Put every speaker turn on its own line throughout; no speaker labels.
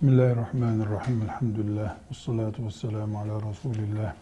Bismillahirrahmanirrahim. Elhamdülillah. Vessalatu vesselamu ala Resulillah.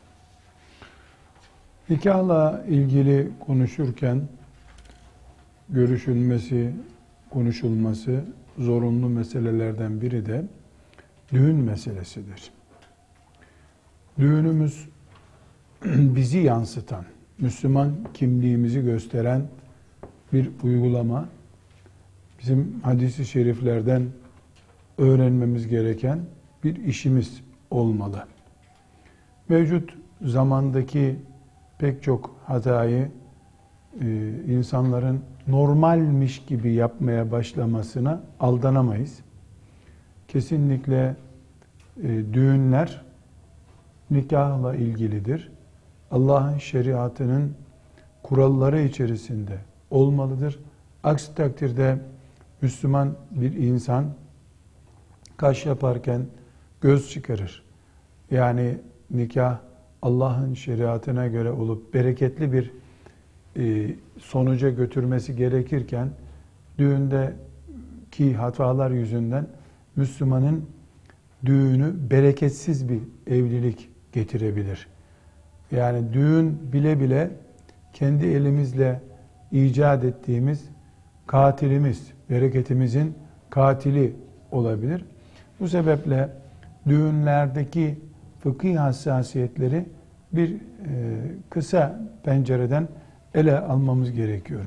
Nikahla ilgili konuşurken görüşülmesi, konuşulması zorunlu meselelerden biri de düğün meselesidir. Düğünümüz bizi yansıtan, Müslüman kimliğimizi gösteren bir uygulama. Bizim hadis-i şeriflerden öğrenmemiz gereken bir işimiz olmalı. Mevcut zamandaki pek çok hatayı insanların normalmiş gibi yapmaya başlamasına aldanamayız. Kesinlikle düğünler nikahla ilgilidir. Allah'ın şeriatının kuralları içerisinde olmalıdır. Aksi takdirde Müslüman bir insan kaş yaparken göz çıkarır. Yani nikah Allah'ın şeriatına göre olup bereketli bir sonuca götürmesi gerekirken düğündeki hatalar yüzünden Müslümanın düğünü bereketsiz bir evlilik getirebilir. Yani düğün bile bile kendi elimizle icat ettiğimiz katilimiz, bereketimizin katili olabilir. Bu sebeple düğünlerdeki fıkhi hassasiyetleri bir kısa pencereden ele almamız gerekiyor.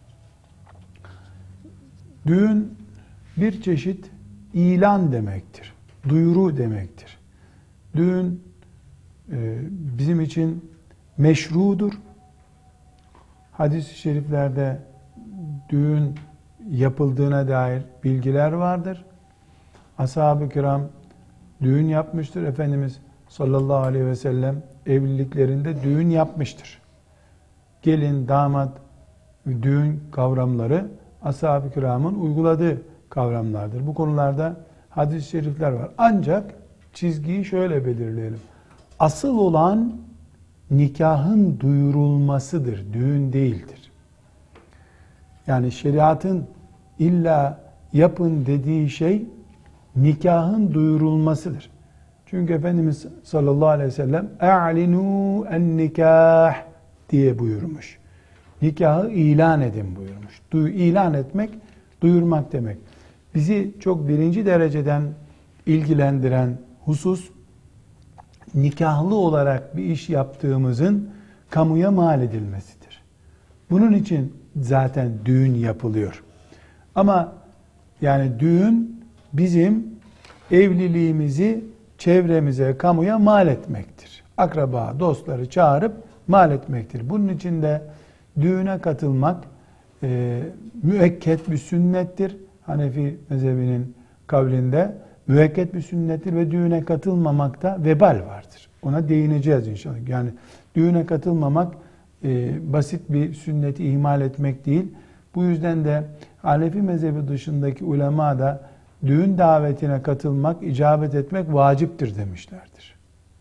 Düğün bir çeşit ilan demektir, duyuru demektir. Düğün bizim için meşrudur. Hadis-i şeriflerde düğün yapıldığına dair bilgiler vardır. Ashab-ı kiram düğün yapmıştır. Efendimiz sallallahu aleyhi ve sellem evliliklerinde düğün yapmıştır. Gelin, damat, düğün kavramları ashab-ı kiramın uyguladığı kavramlardır. Bu konularda hadis-i şerifler var. Ancak çizgiyi şöyle belirleyelim. Asıl olan nikahın duyurulmasıdır, düğün değildir. Yani şeriatın illa yapın dediği şey nikahın duyurulmasıdır. Çünkü Efendimiz sallallahu aleyhi ve sellem "E'linû en-nikâh" diye buyurmuş. Nikahı ilan edin buyurmuş. İlan etmek, duyurmak demek. Bizi çok birinci dereceden ilgilendiren husus, nikahlı olarak bir iş yaptığımızın kamuya mal edilmesidir. Bunun için zaten düğün yapılıyor. Ama yani düğün bizim evliliğimizi çevremize, kamuya mal etmektir. Akraba, dostları çağırıp mal etmektir. Bunun için de düğüne katılmak müekket bir sünnettir. Hanefi mezhebinin kavlinde müekket bir sünnettir ve düğüne katılmamakta vebal vardır. Ona değineceğiz inşallah. Yani düğüne katılmamak basit bir sünneti ihmal etmek değil. Bu yüzden de Hanefi mezhebi dışındaki ulema da düğün davetine katılmak, icabet etmek vaciptir demişlerdir.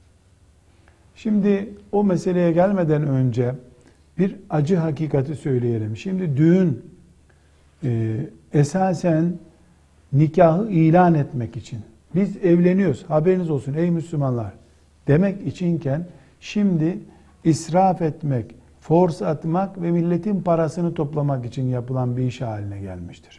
Şimdi o meseleye gelmeden önce bir acı hakikati söyleyelim. Şimdi düğün esasen nikahı ilan etmek için, biz evleniyoruz, haberiniz olsun ey Müslümanlar demek içinken, şimdi israf etmek, force atmak ve milletin parasını toplamak için yapılan bir iş haline gelmiştir.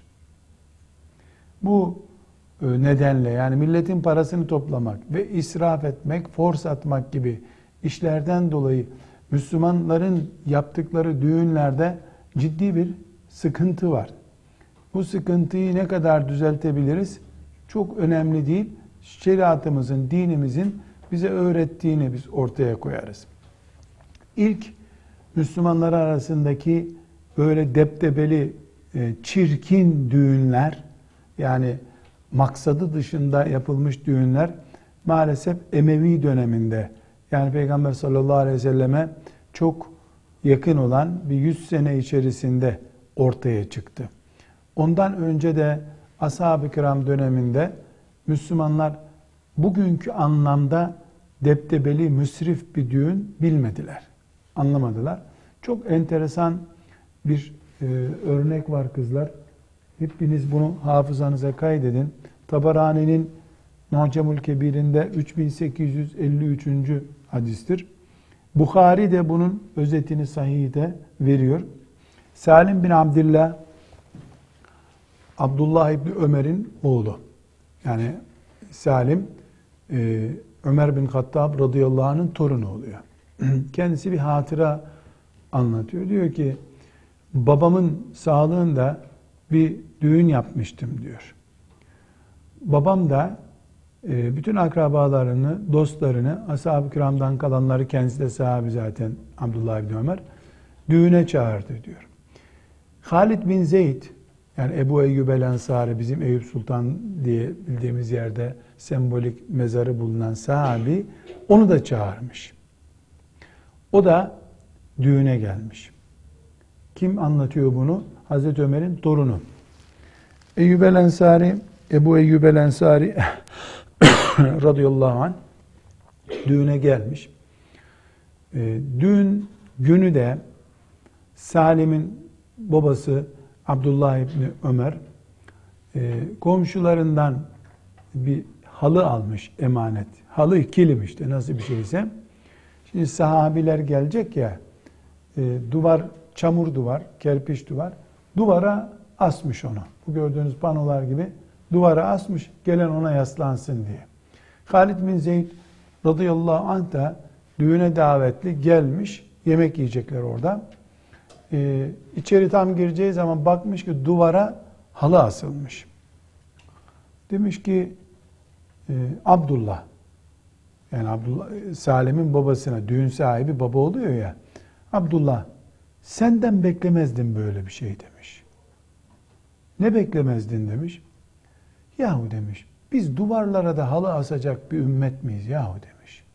Bu nedenle yani milletin parasını toplamak ve israf etmek, force atmak gibi işlerden dolayı Müslümanların yaptıkları düğünlerde ciddi bir sıkıntı var. Bu sıkıntıyı ne kadar düzeltebiliriz? Çok önemli değil. Şeriatımızın, dinimizin bize öğrettiğini biz ortaya koyarız. İlk Müslümanlar arasındaki böyle debdebeli, çirkin düğünler, yani maksadı dışında yapılmış düğünler maalesef Emevi döneminde, yani Peygamber sallallahu aleyhi ve selleme çok yakın olan bir 100 sene içerisinde ortaya çıktı. Ondan önce de ashab-ı kiram döneminde Müslümanlar bugünkü anlamda debdebeli, müsrif bir düğün bilmediler, anlamadılar. Çok enteresan bir örnek var kızlar. Hepiniz bunu hafızanıza kaydedin. Tabarani'nin Mu'cemül Kebir'inde 3853. hadistir. Bukhari de bunun özetini sahihde veriyor. Salim bin Abdillah, Abdullah İbni Ömer'in oğlu. Yani Salim, Ömer bin Hattab radıyallahu anh'ın torunu oluyor. Kendisi bir hatıra anlatıyor. Diyor ki, babamın sağlığında bir düğün yapmıştım diyor. Babam da bütün akrabalarını, dostlarını, ashab-ı kiramdan kalanları, kendisi de sahabi zaten Abdullah İbni Ömer, düğüne çağırdı diyor. Halid bin Zeyd, yani Ebu Eyyub el-Ensari, bizim Eyüp Sultan diye bildiğimiz yerde sembolik mezarı bulunan sahabi, onu da çağırmış. O da düğüne gelmiş. Kim anlatıyor bunu? Hazreti Ömer'in torunu. Eyyub el-Ensari, Ebu Eyyub el-Ensari radıyallahu anh düğüne gelmiş. Düğün günü de Salim'in babası Abdullah İbni Ömer komşularından bir halı almış emanet. Halı kilim işte, nasıl bir şeyse. Şimdi sahabiler gelecek ya, duvar, çamur duvar, kerpiç duvar, duvara asmış onu. Bu gördüğünüz panolar gibi duvara asmış, gelen ona yaslansın diye. Halid bin Zeyd radıyallahu anh da düğüne davetli gelmiş, yemek yiyecekler orada. İçeri tam gireceği zaman bakmış ki duvara halı asılmış. Demiş ki Abdullah, yani Abdullah, Salim'in babasına, düğün sahibi baba oluyor ya, Abdullah, senden beklemezdim böyle bir şey demiş. Ne beklemezdin demiş. Yahu demiş, biz duvarlara da halı asacak bir ümmet miyiz yahu demiş.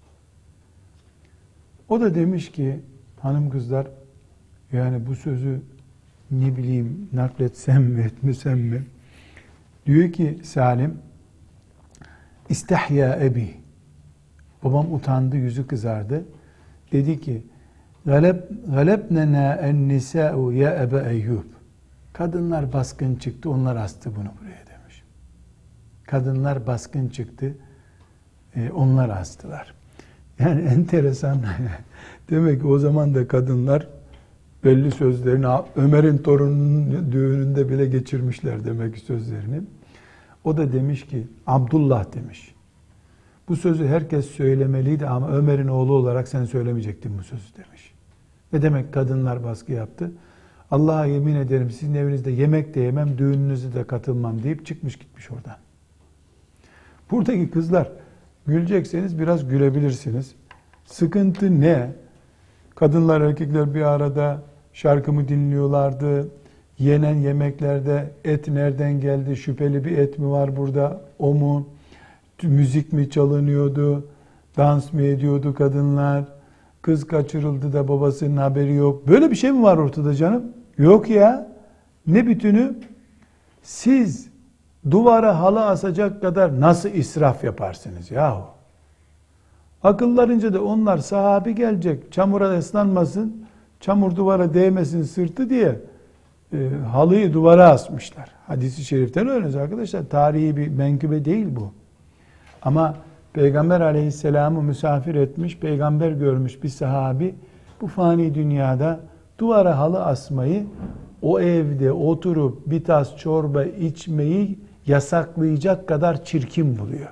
O da demiş ki, hanım kızlar, yani bu sözü ne bileyim nakletsem mi etmesem mi? Diyor ki Salim, İstahya ebi. Babam utandı, yüzü kızardı. Dedi ki, galebnena en nisa'u ya Ebe Eyyub. Kadınlar baskın çıktı, onlar astı bunu buraya demiş. Kadınlar baskın çıktı, onlar astılar. Yani enteresan. Demek ki o zaman da kadınlar belli sözlerini, Ömer'in torununun düğününde bile geçirmişler demek ki sözlerini. O da demiş ki, Abdullah demiş, bu sözü herkes söylemeliydi ama Ömer'in oğlu olarak sen söylemeyecektin bu sözü demiş. Ne demek kadınlar baskı yaptı? Allah'a yemin ederim sizin evinizde yemek de yemem, düğününüze de katılmam deyip çıkmış gitmiş oradan. Buradaki kızlar, gülecekseniz biraz gülebilirsiniz. Sıkıntı ne? Kadınlar erkekler bir arada şarkımı dinliyorlardı. Yenen yemeklerde et nereden geldi? Şüpheli bir et mi var burada? O mu? Müzik mi çalınıyordu? Dans mı ediyordu kadınlar? Kız kaçırıldı da babasının haberi yok. Böyle bir şey mi var ortada canım? Yok ya. Ne bütünü? Siz duvara halı asacak kadar nasıl israf yaparsınız yahu? Akıllarınca da onlar sahabi gelecek, çamura ıslanmasın, çamur duvara değmesin sırtı diye halıyı duvara asmışlar. Hadis-i şeriften öğreniyoruz arkadaşlar. Tarihi bir menkıbe değil bu. Ama Peygamber aleyhisselamı misafir etmiş, peygamber görmüş bir sahabi bu fani dünyada duvara halı asmayı, o evde oturup bir tas çorba içmeyi yasaklayacak kadar çirkin buluyor.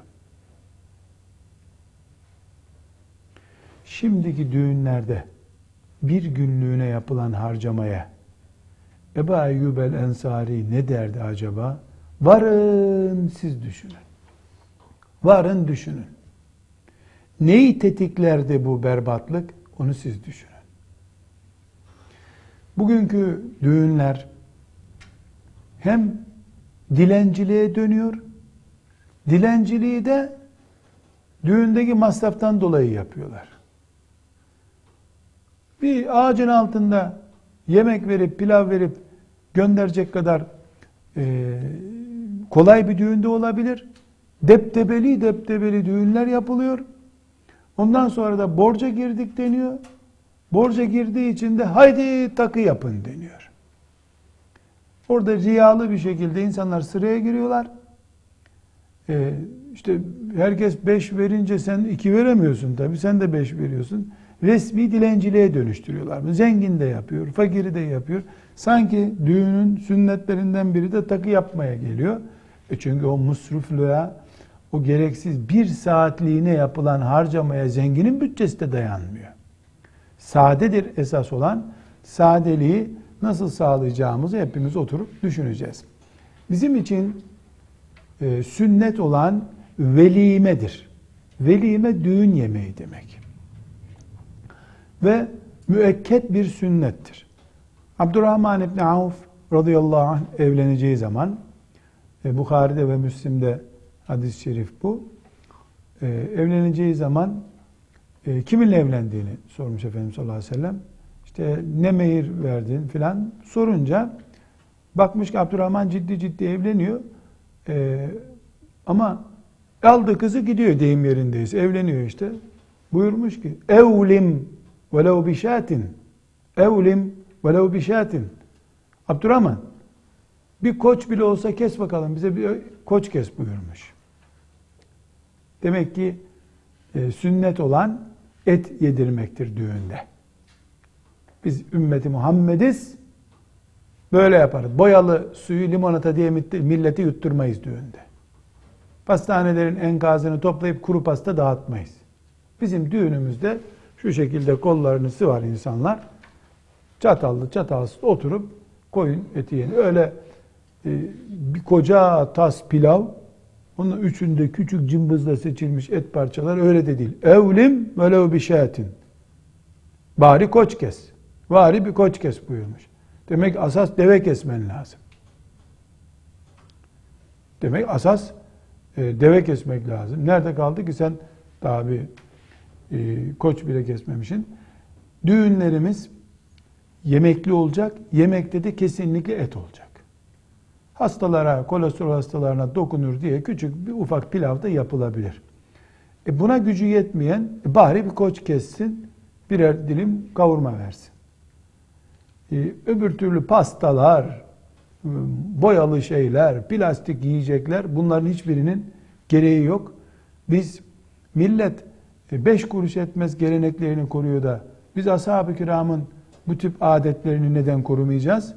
Şimdiki düğünlerde bir günlüğüne yapılan harcamaya Ebu Eyyub el-Ensari ne derdi acaba? Varın siz düşünün. Varın düşünün. Neyi tetiklerdi bu berbatlık? Onu siz düşünün. Bugünkü düğünler hem dilenciliğe dönüyor, dilenciliği de düğündeki masraftan dolayı yapıyorlar. Bir ağacın altında yemek verip, pilav verip gönderecek kadar kolay bir düğünde olabilir. Deptebeli düğünler yapılıyor. Ondan sonra da borca girdik deniyor. Borca girdiği için de haydi takı yapın deniyor. Orada riyalı bir şekilde insanlar sıraya giriyorlar. işte herkes 5 verince sen 2 veremiyorsun tabii. Sen de 5 veriyorsun. Resmi dilenciliğe dönüştürüyorlar. Zengin de yapıyor, fakiri de yapıyor. Sanki düğünün sünnetlerinden biri de takı yapmaya geliyor. Çünkü o musrufluğa, o gereksiz bir saatliğine yapılan harcamaya zenginin bütçesi de dayanmıyor. Sadedir esas olan. Sadeliği nasıl sağlayacağımızı hepimiz oturup düşüneceğiz. Bizim için sünnet olan velimedir. Velime düğün yemeği demek. Ve müekket bir sünnettir. Abdurrahman İbni Avf radıyallahu anh evleneceği zaman, Bukhari'de ve Müslim'de hadis-i şerif bu. Evleneceği zaman kiminle evlendiğini sormuş Efendimiz sallallahu aleyhi ve sellem. İşte ne mehir verdin filan sorunca bakmış ki Abdurrahman ciddi evleniyor. Ama aldı kızı gidiyor deyim yerindeyiz. Evleniyor işte. Buyurmuş ki evlim velev bişatin. Evlim velev bişatin. Abdurrahman bir koç bile olsa kes bakalım. Bize bir koç kes buyurmuş. Demek ki sünnet olan et yedirmektir düğünde. Biz ümmeti Muhammediz. Böyle yaparız. Boyalı suyu limonata diye milleti yutturmayız düğünde. Pastanelerin enkazını toplayıp kuru pasta dağıtmayız. Bizim düğünümüzde şu şekilde kollarını sıvar insanlar. Çatallı çatalsız oturup koyun eti yenir. Öyle bir koca tas pilav, onun üçünde küçük cımbızla seçilmiş et parçaları öyle de değil. Evlim velev bişatin. Bari koç kes. Bari bir koç kes buyurmuş. Demek asas deve kesmen lazım. Demek asas deve kesmek lazım. Nerede kaldı ki sen daha bir koç bile kesmemişsin. Düğünlerimiz yemekli olacak. Yemekte de kesinlikle et olacak. Hastalara, kolesterol hastalarına dokunur diye küçük bir ufak pilav da yapılabilir. Buna gücü yetmeyen bari bir koç kessin, birer dilim kavurma versin. Öbür türlü pastalar, boyalı şeyler, plastik yiyecekler, bunların hiçbirinin gereği yok. Biz millet 5 kuruş etmez geleneklerini koruyor da biz ashab-ı kiramın bu tip adetlerini neden korumayacağız?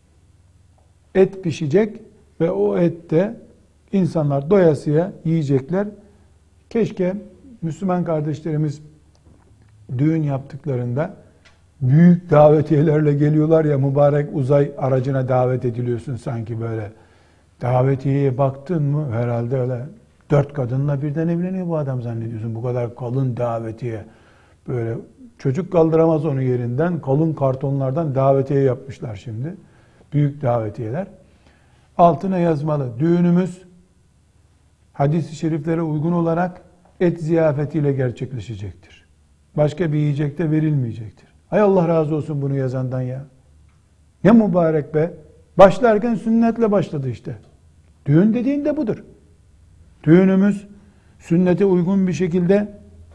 Et pişecek ve o ette insanlar doyasıya yiyecekler. Keşke Müslüman kardeşlerimiz düğün yaptıklarında büyük davetiyelerle geliyorlar ya, mübarek uzay aracına davet ediliyorsun sanki böyle. Davetiyeye baktın mı herhalde öyle 4 kadınla birden evleniyor bu adam zannediyorsun. Bu kadar kalın davetiye, böyle çocuk kaldıramaz onu yerinden, kalın kartonlardan davetiye yapmışlar şimdi. Büyük davetiyeler. Altına yazmalı. Düğünümüz hadis-i şeriflere uygun olarak et ziyafetiyle gerçekleşecektir. Başka bir yiyecek de verilmeyecektir. Hay Allah razı olsun bunu yazandan ya. Ne mübarek be. Başlarken sünnetle başladı işte. Düğün dediğin de budur. Düğünümüz sünnete uygun bir şekilde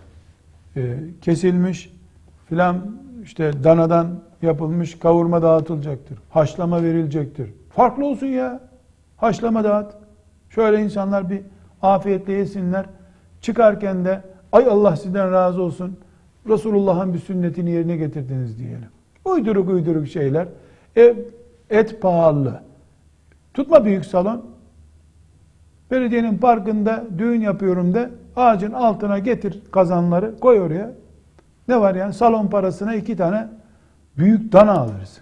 kesilmiş filan, işte danadan yapılmış kavurma dağıtılacaktır. Haşlama verilecektir. Farklı olsun ya. Haşlama dağıt. Şöyle insanlar bir afiyetle yesinler. Çıkarken de ay Allah sizden razı olsun, Resulullah'ın bir sünnetini yerine getirdiniz diyelim. Uyduruk şeyler. Et pahalı. Tutma büyük salon. Belediyenin parkında düğün yapıyorum de, ağacın altına getir kazanları, koy oraya. Ne var yani? Salon parasına 2 tane büyük dana alırsın.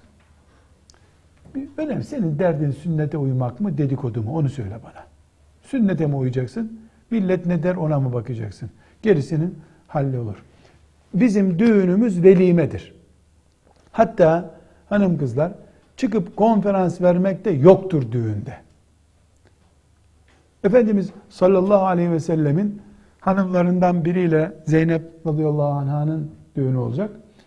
Önemli. Senin derdin sünnete uymak mı, dedikodu mu? Onu söyle bana. Sünnete mi uyacaksın? Millet ne der ona mı bakacaksın? Gerisinin hallolur. Bizim düğünümüz velimedir. Hatta hanım kızlar çıkıp konferans vermek de yoktur düğünde. Efendimiz sallallahu aleyhi ve sellemin hanımlarından biriyle Zeynep radıyallahu anh'ın düğünü olacak.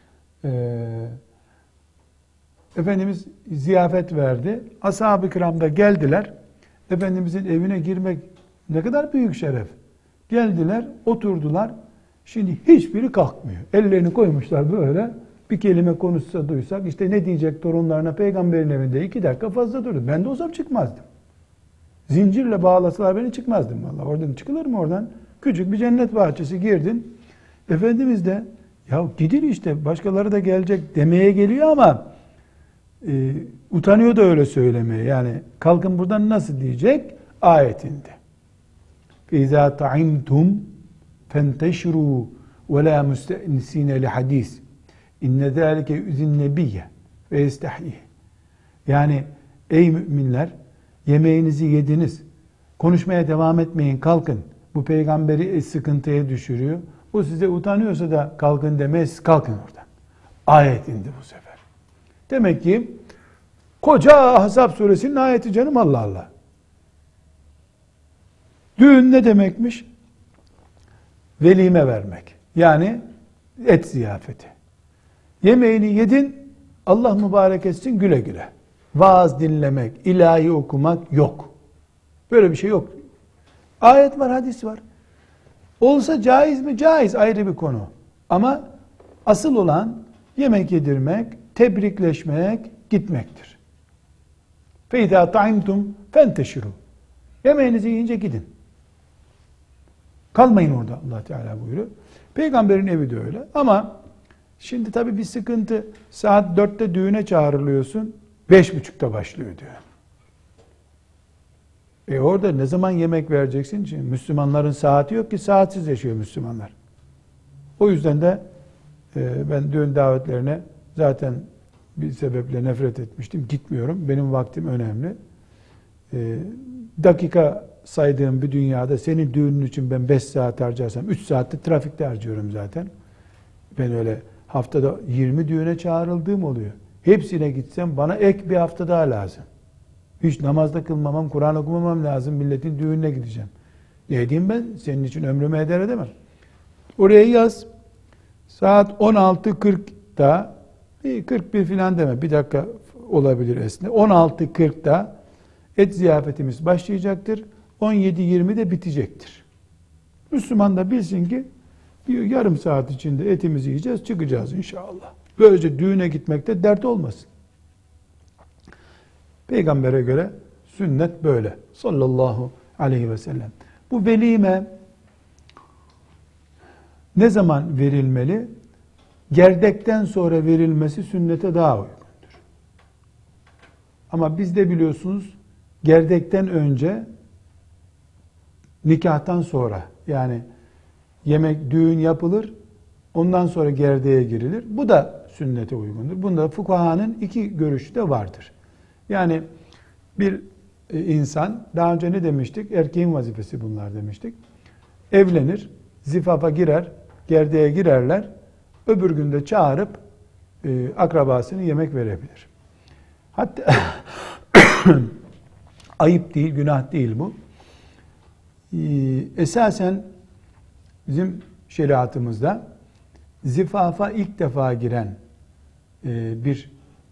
Efendimiz ziyafet verdi. Ashab-ı kiram da geldiler. Efendimizin evine girmek ne kadar büyük şeref. Geldiler, oturdular. Şimdi hiçbiri kalkmıyor. Ellerini koymuşlar böyle. Bir kelime konuşsa duysak, işte ne diyecek torunlarına, peygamberin evinde 2 dakika fazla durdu. Ben de olsam çıkmazdım. Zincirle bağlasalar beni çıkmazdım vallahi. Oradan çıkılır mı oradan? Küçük bir cennet bahçesi girdin. Efendimiz de ya gidin işte başkaları da gelecek demeye geliyor ama utanıyor da öyle söylemeye. Yani kalkın buradan nasıl diyecek? Ayetinde. فَاِذَا طَعِمْتُمْ فَانْتَشْرُوا وَلَا مُسْتَئْنِس۪ينَ لِحَد۪يثٍ اِنَّ ذَٰلِكَ يُؤْذِي النَّبِيَّ وَيَسْتَحْيِهِ. Yani ey müminler, yemeğinizi yediniz. Konuşmaya devam etmeyin, kalkın. Bu peygamberi sıkıntıya düşürüyor. O size utanıyorsa da kalkın demez, kalkın oradan. Ayet indi bu sefer. Demek ki koca Ahzab suresinin ayeti canım, Allah Allah. Düğün ne demekmiş? Velime vermek. Yani et ziyafeti. Yemeğini yedin, Allah mübarek etsin, güle güle. Vaaz dinlemek, ilahi okumak yok. Böyle bir şey yok. Ayet var, hadis var. Olsa caiz mi? Caiz, ayrı bir konu. Ama asıl olan yemek yedirmek, tebrikleşmek, gitmektir. فَاِذَا طَعِمْتُمْ فَانْتَشِرُوا. Yemeğinizi yiyince gidin. Kalmayın orada, Allah Teala buyuruyor. Peygamberin evi de öyle. Ama şimdi tabii bir sıkıntı. Saat 4'te düğüne çağrılıyorsun, 5.30'da başlıyor diyor. Orada ne zaman yemek vereceksin? Şimdi Müslümanların saati yok ki, saatsiz yaşıyor Müslümanlar. O yüzden de ben düğün davetlerine zaten bir sebeple nefret etmiştim. Gitmiyorum. Benim vaktim önemli. Dakika saydığım bir dünyada senin düğünün için ben 5 saat harcarsam 3 saatte trafikte harcıyorum zaten. Ben öyle haftada 20 düğüne çağrıldığım oluyor. Hepsine gitsem bana ek bir hafta daha lazım. Hiç namazda kılmamam, Kur'an okumamam lazım. Milletin düğününe gideceğim. Ne diyeyim ben? Senin için ömrümü heder edemem. Oraya yaz. Saat 16.40'da 41 filan deme. Bir dakika olabilir esne. 16.40'da et ziyafetimiz başlayacaktır. 17.20'de bitecektir. Müslüman da bilsin ki bir yarım saat içinde etimizi yiyeceğiz, çıkacağız inşallah. Böylece düğüne gitmekte dert olmasın. Peygamber'e göre sünnet böyle. Sallallahu aleyhi ve sellem. Bu velime ne zaman verilmeli? Gerdekten sonra verilmesi sünnete daha uygundur. Ama bizde biliyorsunuz gerdekten önce, nikahtan sonra, yani yemek, düğün yapılır, ondan sonra gerdeğe girilir. Bu da sünnete uygundur. Bunda fukahanın iki görüşü de vardır. Yani bir insan, daha önce ne demiştik? Erkeğin vazifesi bunlar demiştik. Evlenir, zifafa girer, gerdeğe girerler. Öbür günde çağırıp akrabasını yemek verebilir. Hatta ayıp değil, günah değil bu. Esasen bizim şeriatımızda zifafa ilk defa giren bir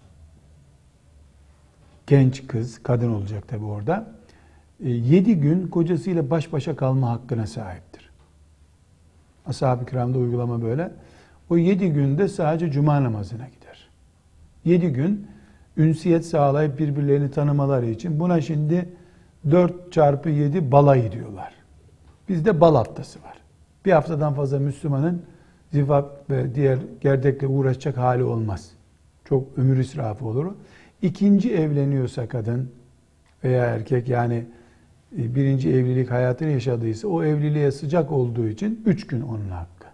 genç kız, kadın olacak tabi orada, 7 gün kocasıyla baş başa kalma hakkına sahiptir. Ashab-ı kiramda uygulama böyle. O 7 günde sadece cuma namazına gider. 7 gün ünsiyet sağlayıp birbirlerini tanımaları için buna şimdi 4x7 balayı diyorlar. Bizde bal haftası var. Bir haftadan fazla Müslümanın zifaf ve diğer gerdekle uğraşacak hali olmaz. Çok ömür israfı olur. İkinci evleniyorsa kadın veya erkek, yani birinci evlilik hayatını yaşadıysa o evliliğe sıcak olduğu için 3 gün onun hakkı.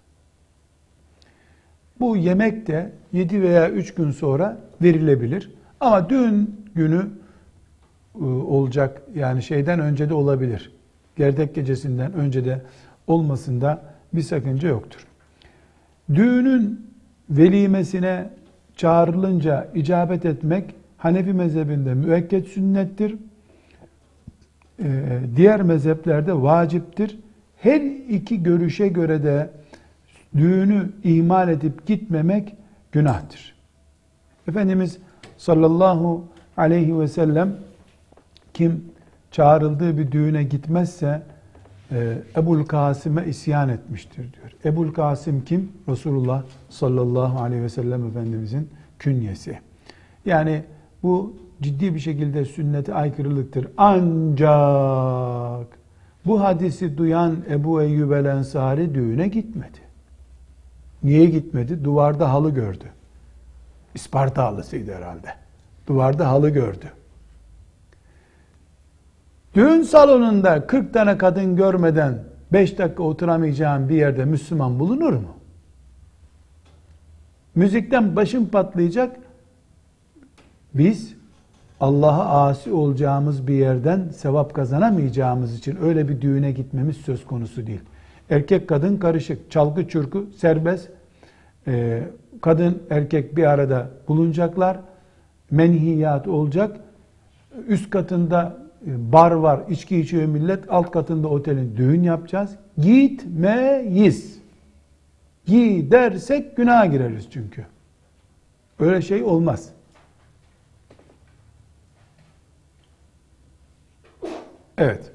Bu yemek de 7 veya 3 gün sonra verilebilir. Ama düğün günü olacak, yani şeyden önce de olabilir. Gerdek gecesinden önce de olmasında bir sakınca yoktur. Düğünün velimesine çağrılınca icabet etmek Hanefi mezhebinde müekket sünnettir. Diğer mezheplerde vaciptir. Her iki görüşe göre de düğünü ihmal edip gitmemek günahtır. Efendimiz sallallahu aleyhi ve sellem kim çağrıldığı bir düğüne gitmezse Ebul Kasım'e isyan etmiştir diyor. Ebul Kasım kim? Resulullah sallallahu aleyhi ve sellem Efendimizin künyesi. Yani bu ciddi bir şekilde sünnete aykırılıktır. Ancak bu hadisi duyan Ebu Eyyub el-Ensari düğüne gitmedi. Niye gitmedi? Duvarda halı gördü. İsparta halısıydı herhalde. Duvarda halı gördü. Düğün salonunda 40 tane kadın görmeden 5 dakika oturamayacağın bir yerde Müslüman bulunur mu? Müzikten başım patlayacak. Biz Allah'a asi olacağımız bir yerden sevap kazanamayacağımız için öyle bir düğüne gitmemiz söz konusu değil. Erkek kadın karışık, çalgı çurku serbest. Kadın erkek bir arada bulunacaklar. Menhiyat olacak. Üst katında bar var, içki içiyor millet. Alt katında otelin düğün yapacağız. Gitmeyiz. Gidersek günaha gireriz çünkü. Öyle şey olmaz. Evet.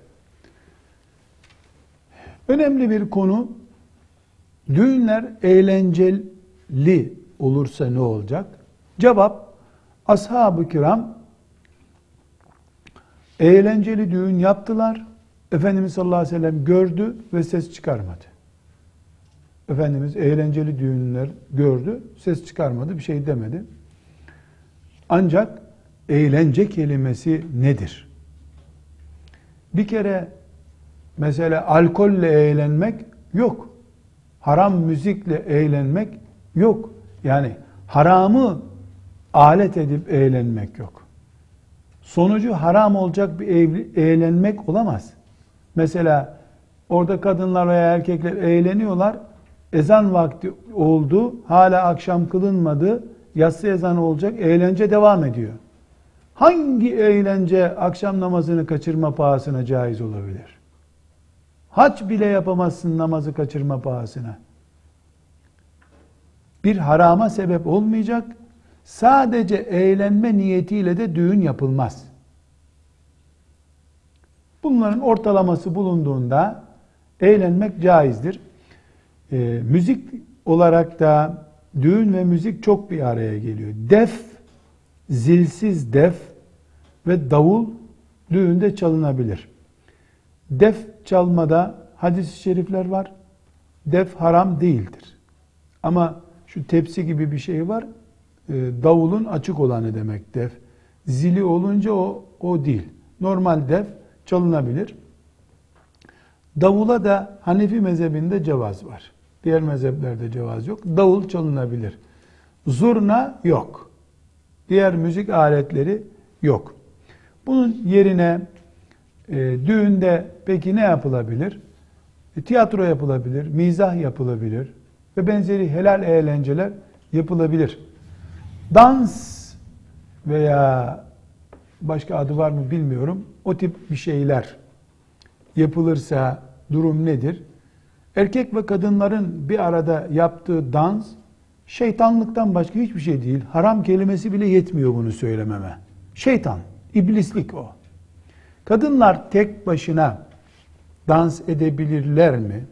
Önemli bir konu, düğünler eğlenceli olursa ne olacak? Cevap, ashab-ı kiram eğlenceli düğün yaptılar. Efendimiz sallallahu aleyhi ve sellem gördü ve ses çıkarmadı. Efendimiz eğlenceli düğünler gördü, ses çıkarmadı, bir şey demedi. Ancak eğlence kelimesi nedir? Bir kere mesela alkolle eğlenmek yok. Haram müzikle eğlenmek yok. Yani haramı alet edip eğlenmek yok. Sonucu haram olacak bir eğlenmek olamaz. Mesela orada kadınlar veya erkekler eğleniyorlar. Ezan vakti oldu. Hala akşam kılınmadı. Yatsı ezanı olacak. Eğlence devam ediyor. Hangi eğlence akşam namazını kaçırma pahasına caiz olabilir? Hac bile yapamazsın namazı kaçırma pahasına. Bir harama sebep olmayacak. Sadece eğlenme niyetiyle de düğün yapılmaz. Bunların ortalaması bulunduğunda eğlenmek caizdir. Müzik olarak da düğün ve müzik çok bir araya geliyor. Def, zilsiz def ve davul düğünde çalınabilir. Def çalmada hadis-i şerifler var. Def haram değildir. Ama şu tepsi gibi bir şey var. Davulun açık olanı demek def. Zili olunca o değil. Normal def çalınabilir. Davula da Hanefi mezhebinde cevaz var. Diğer mezheplerde cevaz yok. Davul çalınabilir. Zurna yok. Diğer müzik aletleri yok. Bunun yerine düğünde peki ne yapılabilir? Tiyatro yapılabilir, mizah yapılabilir ve benzeri helal eğlenceler yapılabilir. Dans veya başka adı var mı bilmiyorum. O tip bir şeyler yapılırsa durum nedir? Erkek ve kadınların bir arada yaptığı dans şeytanlıktan başka hiçbir şey değil. Haram kelimesi bile yetmiyor bunu söylememe. Şeytan, iblislik o. Kadınlar tek başına dans edebilirler mi?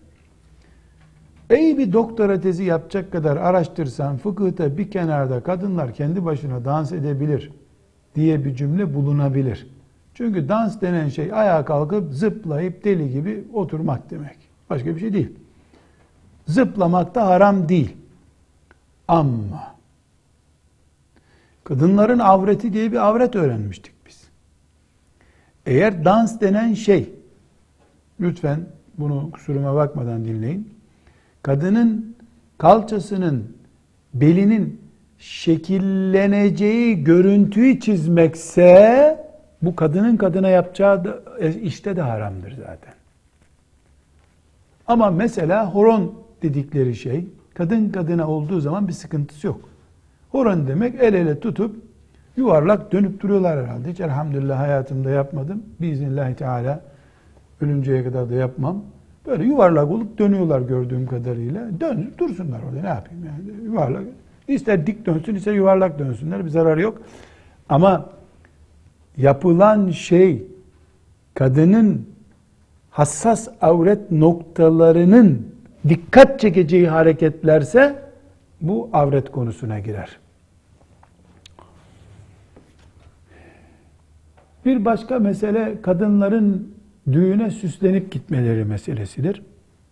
İyi bir doktora tezi yapacak kadar araştırsan fıkıhta bir kenarda kadınlar kendi başına dans edebilir diye bir cümle bulunabilir. Çünkü dans denen şey ayağa kalkıp zıplayıp deli gibi oturmak demek. Başka bir şey değil. Zıplamak da haram değil. Ama kadınların avreti diye bir avret öğrenmiştik biz. Eğer dans denen şey, lütfen bunu kusuruma bakmadan dinleyin. Kadının kalçasının, belinin şekilleneceği görüntüyü çizmekse bu kadının kadına yapacağı işte de haramdır zaten. Ama mesela horon dedikleri şey kadın kadına olduğu zaman bir sıkıntısı yok. Horon demek el ele tutup yuvarlak dönüp duruyorlar herhalde. Hiç elhamdülillah hayatımda yapmadım. Biiznillahü teala ölünceye kadar da yapmam. Böyle yuvarlak olup dönüyorlar gördüğüm kadarıyla. Dursunlar orada, ne yapayım yani, yuvarlak. İster dik dönsün ister yuvarlak dönsünler, bir zararı yok. Ama yapılan şey kadının hassas avret noktalarının dikkat çekeceği hareketlerse bu avret konusuna girer. Bir başka mesele kadınların düğüne süslenip gitmeleri meselesidir.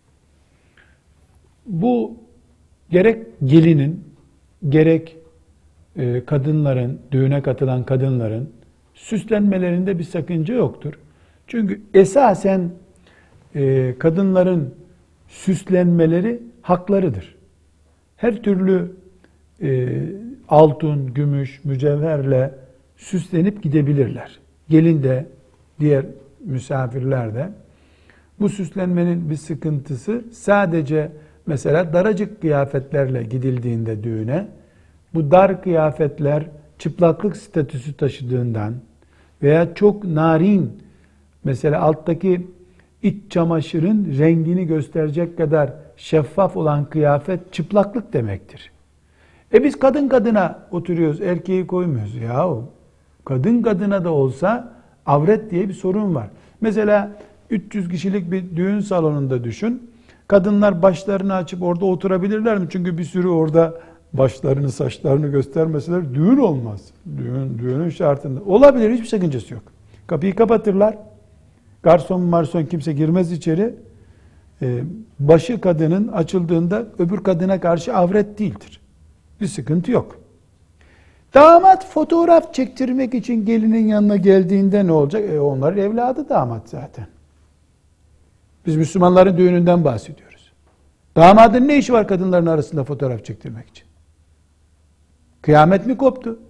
Bu gerek gelinin gerek kadınların, düğüne katılan kadınların süslenmelerinde bir sakınca yoktur. Çünkü esasen kadınların süslenmeleri haklarıdır. Her türlü altın, gümüş, mücevherle süslenip gidebilirler. Gelin de, diğer misafirler de. Bu süslenmenin bir sıkıntısı sadece mesela daracık kıyafetlerle gidildiğinde düğüne, bu dar kıyafetler çıplaklık statüsü taşıdığından veya çok narin, mesela alttaki iç çamaşırın rengini gösterecek kadar şeffaf olan kıyafet çıplaklık demektir. Biz kadın kadına oturuyoruz, erkeği koymuyoruz. Yahu kadın kadına da olsa avret diye bir sorun var. Mesela 300 kişilik bir düğün salonunda düşün. Kadınlar başlarını açıp orada oturabilirler mi? Çünkü bir sürü orada başlarını, saçlarını göstermeseler düğün olmaz. Düğünün şartında. Olabilir, hiçbir sakıncası yok. Kapıyı kapatırlar. Garson marson kimse girmez içeri. Başı kadının açıldığında öbür kadına karşı avret değildir. Bir sıkıntı yok. Damat fotoğraf çektirmek için gelinin yanına geldiğinde ne olacak? Onların evladı damat zaten. Biz Müslümanların düğününden bahsediyoruz. Damadın ne işi var kadınların arasında fotoğraf çektirmek için? Kıyamet mi koptu?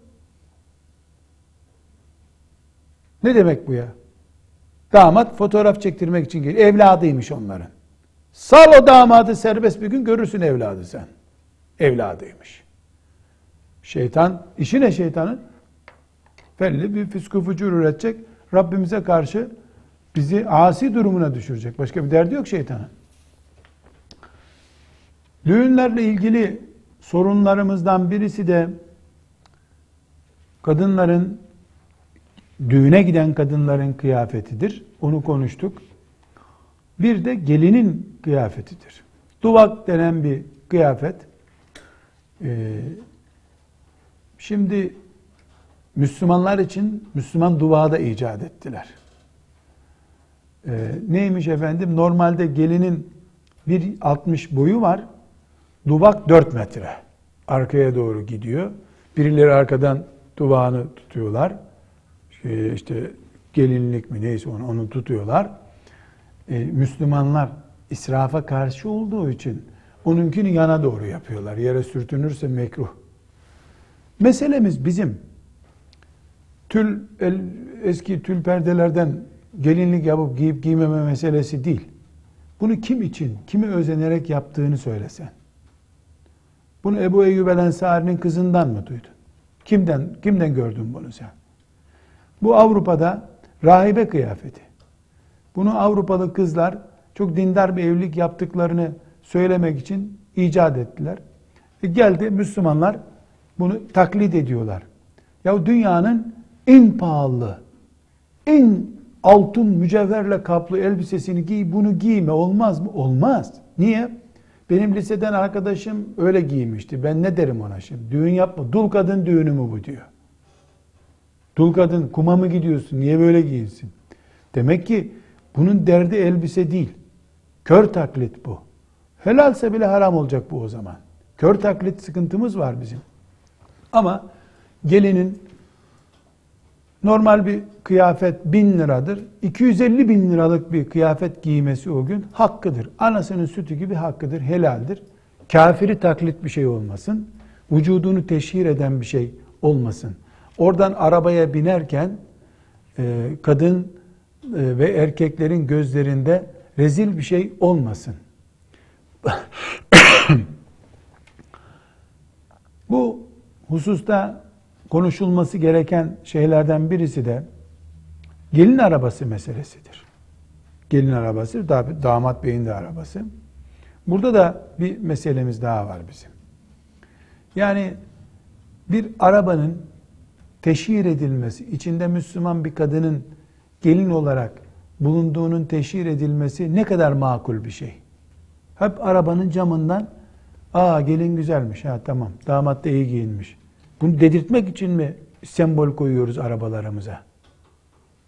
Ne demek bu ya? Damat fotoğraf çektirmek için geliyor. Evladıymış onların. Sal o damadı serbest, bir gün görürsün evladı sen. Evladıymış. Şeytan, işi ne şeytanın? Belli bir fıskı fucur üretecek. Rabbimize karşı bizi asi durumuna düşürecek. Başka bir derdi yok şeytanın. Düğünlerle ilgili sorunlarımızdan birisi de kadınların, düğüne giden kadınların kıyafetidir. Onu konuştuk. Bir de gelinin kıyafetidir. Duvak denen bir kıyafet. Şimdi Müslümanlar için Müslüman duvağı da icat ettiler. Neymiş efendim? Normalde gelinin 1.60 boyu var. Duvak 4 metre. Arkaya doğru gidiyor. Birileri arkadan duvağını tutuyorlar. İşte gelinlik mi neyse onu tutuyorlar. Müslümanlar israfa karşı olduğu için onunkini yana doğru yapıyorlar. Yere sürtünürse mekruh. Meselemiz bizim eski tül perdelerden gelinlik yapıp giyip giymeme meselesi değil. Bunu kim için, kimi özenerek yaptığını söylesen. Bunu Ebu Eyyub el-Ensari'nin kızından mı duydun? Kimden gördün bunu sen? Bu Avrupa'da rahibe kıyafeti. Bunu Avrupalı kızlar çok dindar bir evlilik yaptıklarını söylemek için icat ettiler. Geldi Müslümanlar bunu taklit ediyorlar. Ya dünyanın en pahalı, en altın mücevherle kaplı elbisesini giy, bunu giyme olmaz mı? Olmaz. Niye? Benim liseden arkadaşım öyle giymişti. Ben ne derim ona şimdi? Düğün yapma. Dul kadın düğünü mü bu diyor. Dul kadın kuma mı gidiyorsun? Niye böyle giyinsin? Demek ki bunun derdi elbise değil. Kör taklit bu. Helalse bile haram olacak bu o zaman. Kör taklit sıkıntımız var bizim. Ama gelinin normal bir kıyafet 1000 liradır. 250 bin liralık bir kıyafet giymesi o gün hakkıdır. Anasının sütü gibi hakkıdır, helaldir. Kafiri taklit bir şey olmasın. Vücudunu teşhir eden bir şey olmasın. Oradan arabaya binerken kadın ve erkeklerin gözlerinde rezil bir şey olmasın. Bu hususta konuşulması gereken şeylerden birisi de gelin arabası meselesidir. Gelin arabası, damat beyin de arabası. Burada da bir meselemiz daha var bizim. Yani bir arabanın teşhir edilmesi, içinde Müslüman bir kadının gelin olarak bulunduğunun teşhir edilmesi ne kadar makul bir şey. Hep arabanın camından, gelin güzelmiş, tamam, damat da iyi giyinmiş. Bunu dedirtmek için mi sembol koyuyoruz arabalarımıza?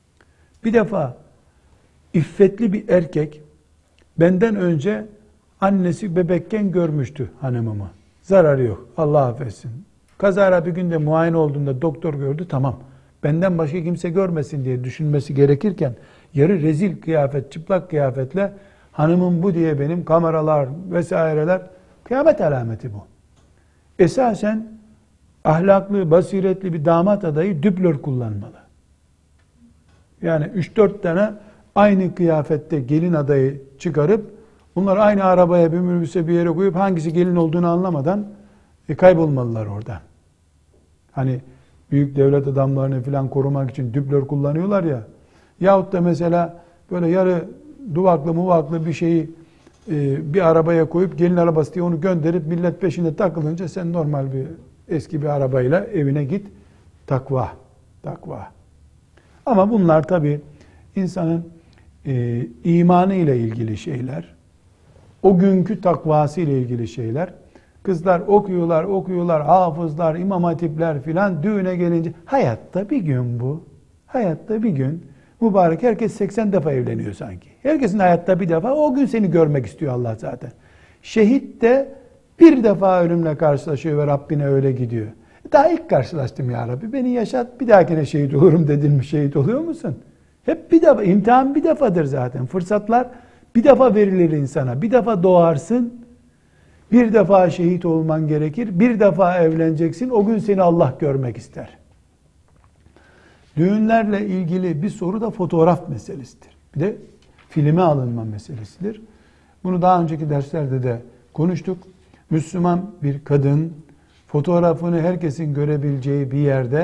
Bir defa iffetli bir erkek benden önce annesi bebekken görmüştü hanımımı. Zararı yok. Allah affetsin. Kazara bir günde muayene olduğunda doktor gördü, tamam. Benden başka kimse görmesin diye düşünmesi gerekirken yarı rezil kıyafet, çıplak kıyafetle hanımım bu diye benim kameralar vesaireler, kıyamet alameti bu. Esasen ahlaklı, basiretli bir damat adayı dublör kullanmalı. Yani 3-4 tane aynı kıyafette gelin adayı çıkarıp bunları aynı arabaya, bir minibüse, bir yere koyup hangisi gelin olduğunu anlamadan kaybolmalılar oradan. Hani büyük devlet adamlarını falan korumak için dublör kullanıyorlar ya. Yahut da mesela böyle yarı duvaklı muvaklı bir şeyi bir arabaya koyup gelin arabası diye onu gönderip millet peşinde takılınca sen normal bir eski bir arabayla evine git. Takva. Takva. Ama bunlar tabii insanın imanı ile ilgili şeyler. O günkü takvası ile ilgili şeyler. Kızlar okuyorlar, hafızlar, imam hatipler filan, düğüne gelince hayatta bir gün bu. Hayatta bir gün. Mübarek, herkes 80 defa evleniyor sanki. Herkesin hayatta bir defa, o gün seni görmek istiyor Allah zaten. Şehit de bir defa ölümle karşılaşıyor ve Rabbine öyle gidiyor. Daha ilk karşılaştım ya Rabbi, beni yaşat, bir dahakine şehit olurum dedin mi, şehit oluyor musun? Hep bir defa, imtihan bir defadır zaten. Fırsatlar bir defa verilir insana. Bir defa doğarsın, bir defa şehit olman gerekir, bir defa evleneceksin, o gün seni Allah görmek ister. Düğünlerle ilgili bir soru da fotoğraf meselesidir. Bir de filme alınma meselesidir. Bunu daha önceki derslerde de konuştuk. Müslüman bir kadın fotoğrafını herkesin görebileceği bir yerde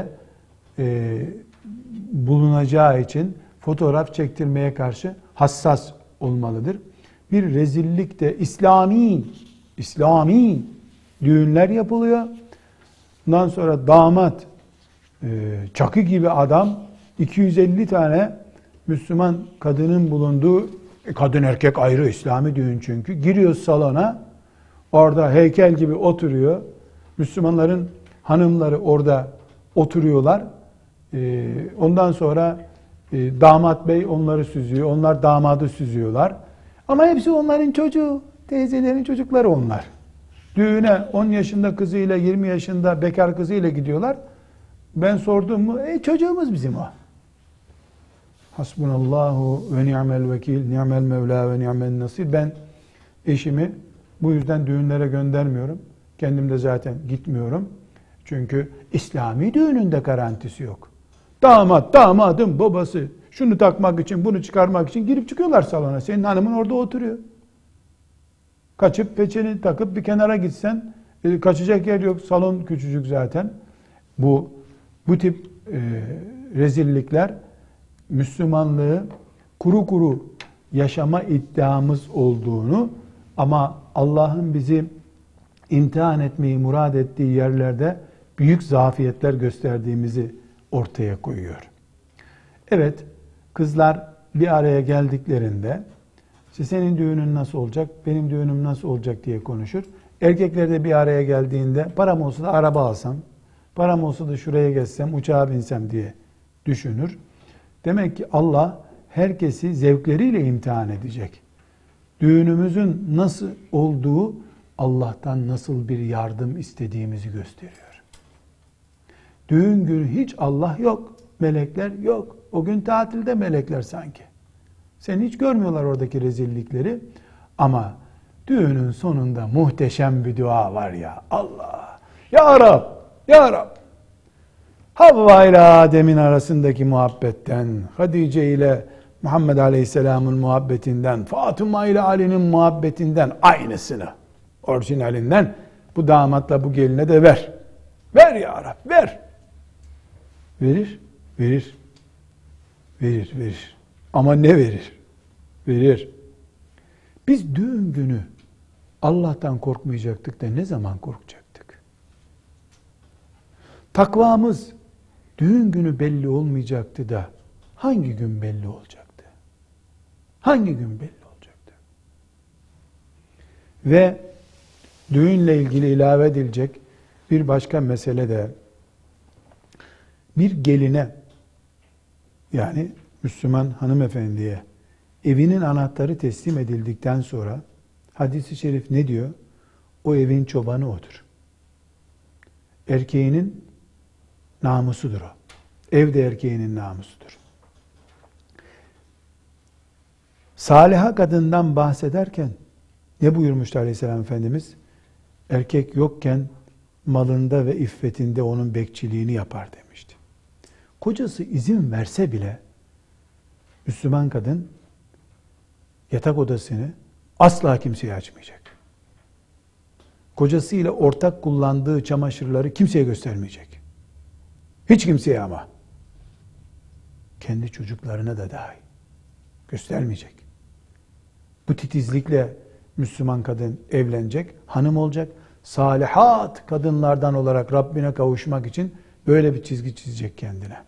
bulunacağı için fotoğraf çektirmeye karşı hassas olmalıdır. Bir rezillik de İslami düğünler yapılıyor. Ondan sonra damat çakı gibi adam 250 tane Müslüman kadının bulunduğu, kadın erkek ayrı İslami düğün çünkü, giriyor salona, orada heykel gibi oturuyor. Müslümanların hanımları orada oturuyorlar. Ondan sonra damat bey onları süzüyor, onlar damadı süzüyorlar. Ama hepsi onların çocuğu, teyzelerin çocukları onlar. Düğüne 10 yaşında kızıyla 20 yaşında bekar kızıyla gidiyorlar. Ben sordum mu? Çocuğumuz bizim o. Hasbunallahu ve ni'mel vekil, ni'mel mevla ve ni'mel nasir. Ben eşimi bu yüzden düğünlere göndermiyorum. Kendim de zaten gitmiyorum. Çünkü İslami düğününde garantisi yok. Damadın babası şunu takmak için, bunu çıkarmak için girip çıkıyorlar salona. Senin hanımın orada oturuyor. Kaçıp peçeni takıp bir kenara gitsen kaçacak yer yok. Salon küçücük zaten. Bu tip rezillikler Müslümanlığı kuru kuru yaşama iddiamız olduğunu, ama Allah'ın bizi imtihan etmeyi murad ettiği yerlerde büyük zafiyetler gösterdiğimizi ortaya koyuyor. Evet, kızlar bir araya geldiklerinde işte senin düğünün nasıl olacak, benim düğünüm nasıl olacak diye konuşur. Erkekler de bir araya geldiğinde param olsa da araba alsam, param olsa da şuraya geçsem, uçağa binsem diye düşünür. Demek ki Allah herkesi zevkleriyle imtihan edecek. Düğünümüzün nasıl olduğu Allah'tan nasıl bir yardım istediğimizi gösteriyor. Düğün günü hiç Allah yok, melekler yok. O gün tatilde melekler sanki. Seni hiç görmüyorlar oradaki rezillikleri. Ama düğünün sonunda muhteşem bir dua var ya. Allah! Ya Rab! Ya Rab! Havva ile Adem'in arasındaki muhabbetten, Hatice ile Muhammed Aleyhisselam'ın muhabbetinden, Fatıma ile Ali'nin muhabbetinden aynısını, orijinalinden bu damatla bu geline de ver. Ver ya Rab, ver. Verir, verir. Verir, verir. Ama ne verir? Verir. Biz düğün günü Allah'tan korkmayacaktık da ne zaman korkacaktık? Takvamız düğün günü belli olmayacaktı da hangi gün belli olacaktı? Hangi gün belli olacaktı? Ve düğünle ilgili ilave edilecek bir başka mesele de bir geline, yani Müslüman hanımefendiye evinin anahtarı teslim edildikten sonra hadis-i şerif ne diyor? O evin çobanı odur. Erkeğinin namusudur o. Ev de erkeğinin namusudur. Saliha kadından bahsederken ne buyurmuştu Aleyhisselam Efendimiz? Erkek yokken malında ve iffetinde onun bekçiliğini yapar demişti. Kocası izin verse bile Müslüman kadın yatak odasını asla kimseye açmayacak. Kocasıyla ortak kullandığı çamaşırları kimseye göstermeyecek. Hiç kimseye ama. Kendi çocuklarına da dahi göstermeyecek. Bu titizlikle Müslüman kadın evlenecek, hanım olacak. Salihat kadınlardan olarak Rabbine kavuşmak için böyle bir çizgi çizecek kendine.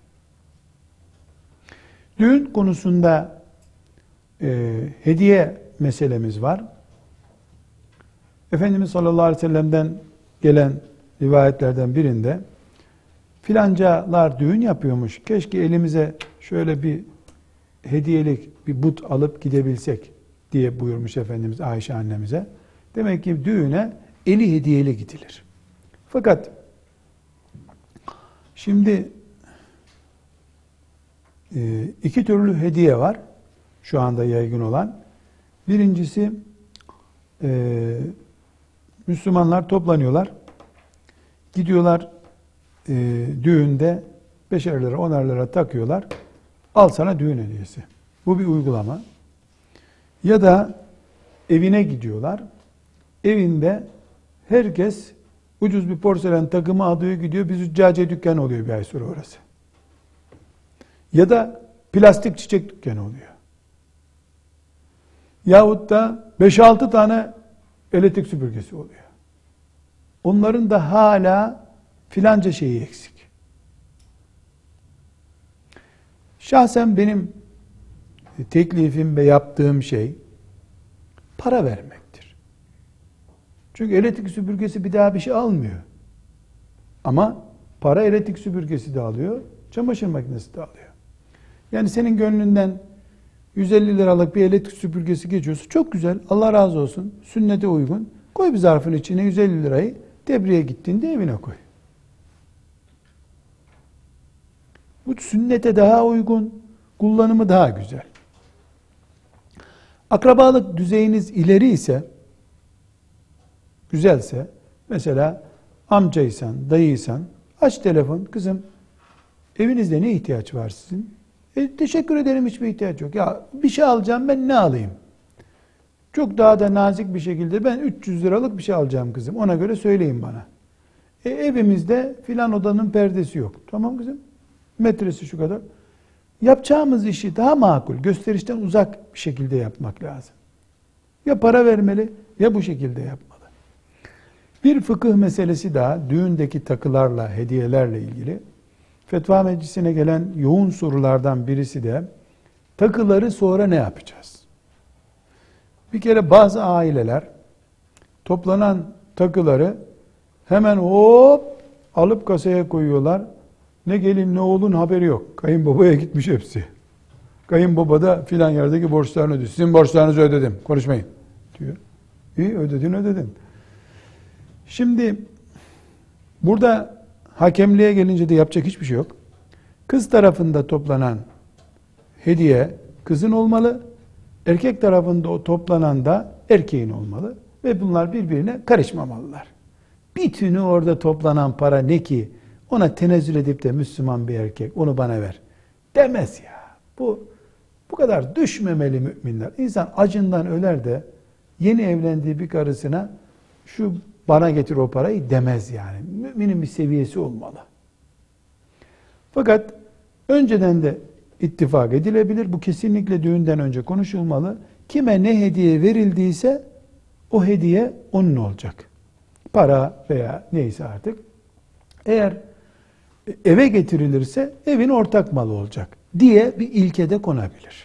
Düğün konusunda hediye meselemiz var. Efendimiz sallallahu aleyhi ve sellem'den gelen rivayetlerden birinde filancalar düğün yapıyormuş. Keşke elimize şöyle bir hediyelik bir but alıp gidebilsek diye buyurmuş Efendimiz Ayşe annemize. Demek ki düğüne eli hediyeli gidilir. Fakat şimdi iki türlü hediye var şu anda yaygın olan. Birincisi Müslümanlar toplanıyorlar. Gidiyorlar düğünde 5'er lira 10'ar lira takıyorlar. Al sana düğün hediyesi. Bu bir uygulama. Ya da evine gidiyorlar. Evinde herkes ucuz bir porselen takımı alıyor gidiyor. Bir züccaciye dükkanı oluyor bir ay sonra orası. Ya da plastik çiçek dükkanı oluyor. Yahut da 5-6 tane elektrik süpürgesi oluyor. Onların da hala filanca şeyi eksik. Şahsen benim teklifim ve yaptığım şey para vermektir. Çünkü elektrik süpürgesi bir daha bir şey almıyor. Ama para elektrik süpürgesi de alıyor, çamaşır makinesi de alıyor. Yani senin gönlünden 150 liralık bir elektrik süpürgesi geçiyorsa çok güzel, Allah razı olsun, sünnete uygun. Koy bir zarfın içine 150 lirayı, tebriğe gittiğinde evine koy. Bu sünnete daha uygun, kullanımı daha güzel. Akrabalık düzeyiniz ileri ise, güzelse, mesela amcaysan, dayıysan, aç telefon, kızım evinizde ne ihtiyaç var sizin? Teşekkür ederim, hiçbir ihtiyaç yok. Ya bir şey alacağım, ben ne alayım? Çok daha da nazik bir şekilde ben 300 liralık bir şey alacağım kızım. Ona göre söyleyin bana. Evimizde filan odanın perdesi yok. Tamam kızım. Metresi şu kadar. Yapacağımız işi daha makul, gösterişten uzak bir şekilde yapmak lazım. Ya para vermeli ya bu şekilde yapmalı. Bir fıkıh meselesi daha düğündeki takılarla, hediyelerle ilgili. Fetva Meclisi'ne gelen yoğun sorulardan birisi de takıları sonra ne yapacağız? Bir kere bazı aileler toplanan takıları hemen hop alıp kasaya koyuyorlar. Ne gelin ne oğlun haberi yok. Kayınbabaya gitmiş hepsi. Kayınbaba da filan yerdeki borçlarını ödüyor. Sizin borçlarınızı ödedim. Konuşmayın diyor. İyi ödedin. Şimdi burada hakemliğe gelince de yapacak hiçbir şey yok. Kız tarafında toplanan hediye kızın olmalı. Erkek tarafında o toplanan da erkeğin olmalı. Ve bunlar birbirine karışmamalılar. Bütünü orada toplanan para ne ki? Ona tenezzül edip de Müslüman bir erkek onu bana ver demez ya. Bu kadar düşmemeli müminler. İnsan acından öler de yeni evlendiği bir karısına şu bana getir o parayı demez yani. Müminin bir seviyesi olmalı. Fakat önceden de ittifak edilebilir. Bu kesinlikle düğünden önce konuşulmalı. Kime ne hediye verildiyse o hediye onun olacak. Para veya neyse artık. Eğer eve getirilirse evin ortak malı olacak diye bir ilkede konabilir.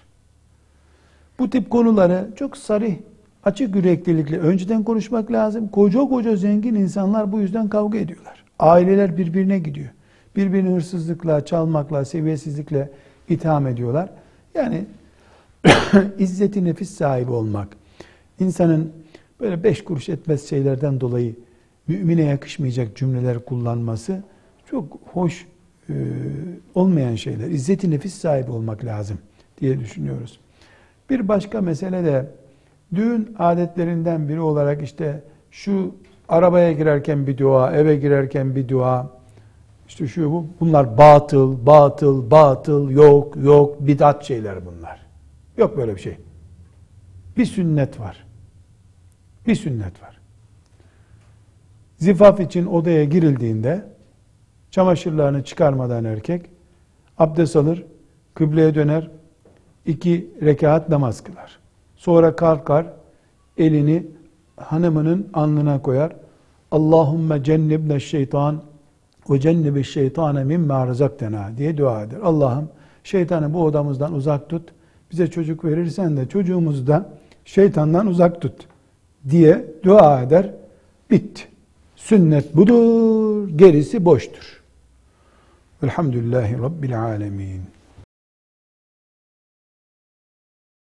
Bu tip konuları çok sarih, açık yüreklilikle önceden konuşmak lazım. Koca zengin insanlar bu yüzden kavga ediyorlar. Aileler birbirine gidiyor. Birbirini hırsızlıkla, çalmakla, seviyesizlikle itham ediyorlar. Yani izzeti nefis sahibi olmak, insanın böyle 5 kuruş etmez şeylerden dolayı mümine yakışmayacak cümleler kullanması çok hoş olmayan şeyler. İzzeti nefis sahibi olmak lazım diye düşünüyoruz. Bir başka mesele de düğün adetlerinden biri olarak işte şu arabaya girerken bir dua, eve girerken bir dua, işte şu bu, bunlar batıl, batıl, batıl, yok, yok, bid'at şeyler bunlar. Yok böyle bir şey. Bir sünnet var. Bir sünnet var. Zifaf için odaya girildiğinde çamaşırlarını çıkarmadan erkek abdest alır, kıbleye döner, 2 rekat namaz kılar. Sonra kalkar, elini hanımının alnına koyar. Allahümme cennibne şeytan ve cennibi şeytane mimma rızaktena diye dua eder. Allah'ım şeytanı bu odamızdan uzak tut. Bize çocuk verirsen de çocuğumuzu da şeytandan uzak tut diye dua eder. Bitti. Sünnet budur, gerisi boştur. Elhamdülillahi Rabbil alemin.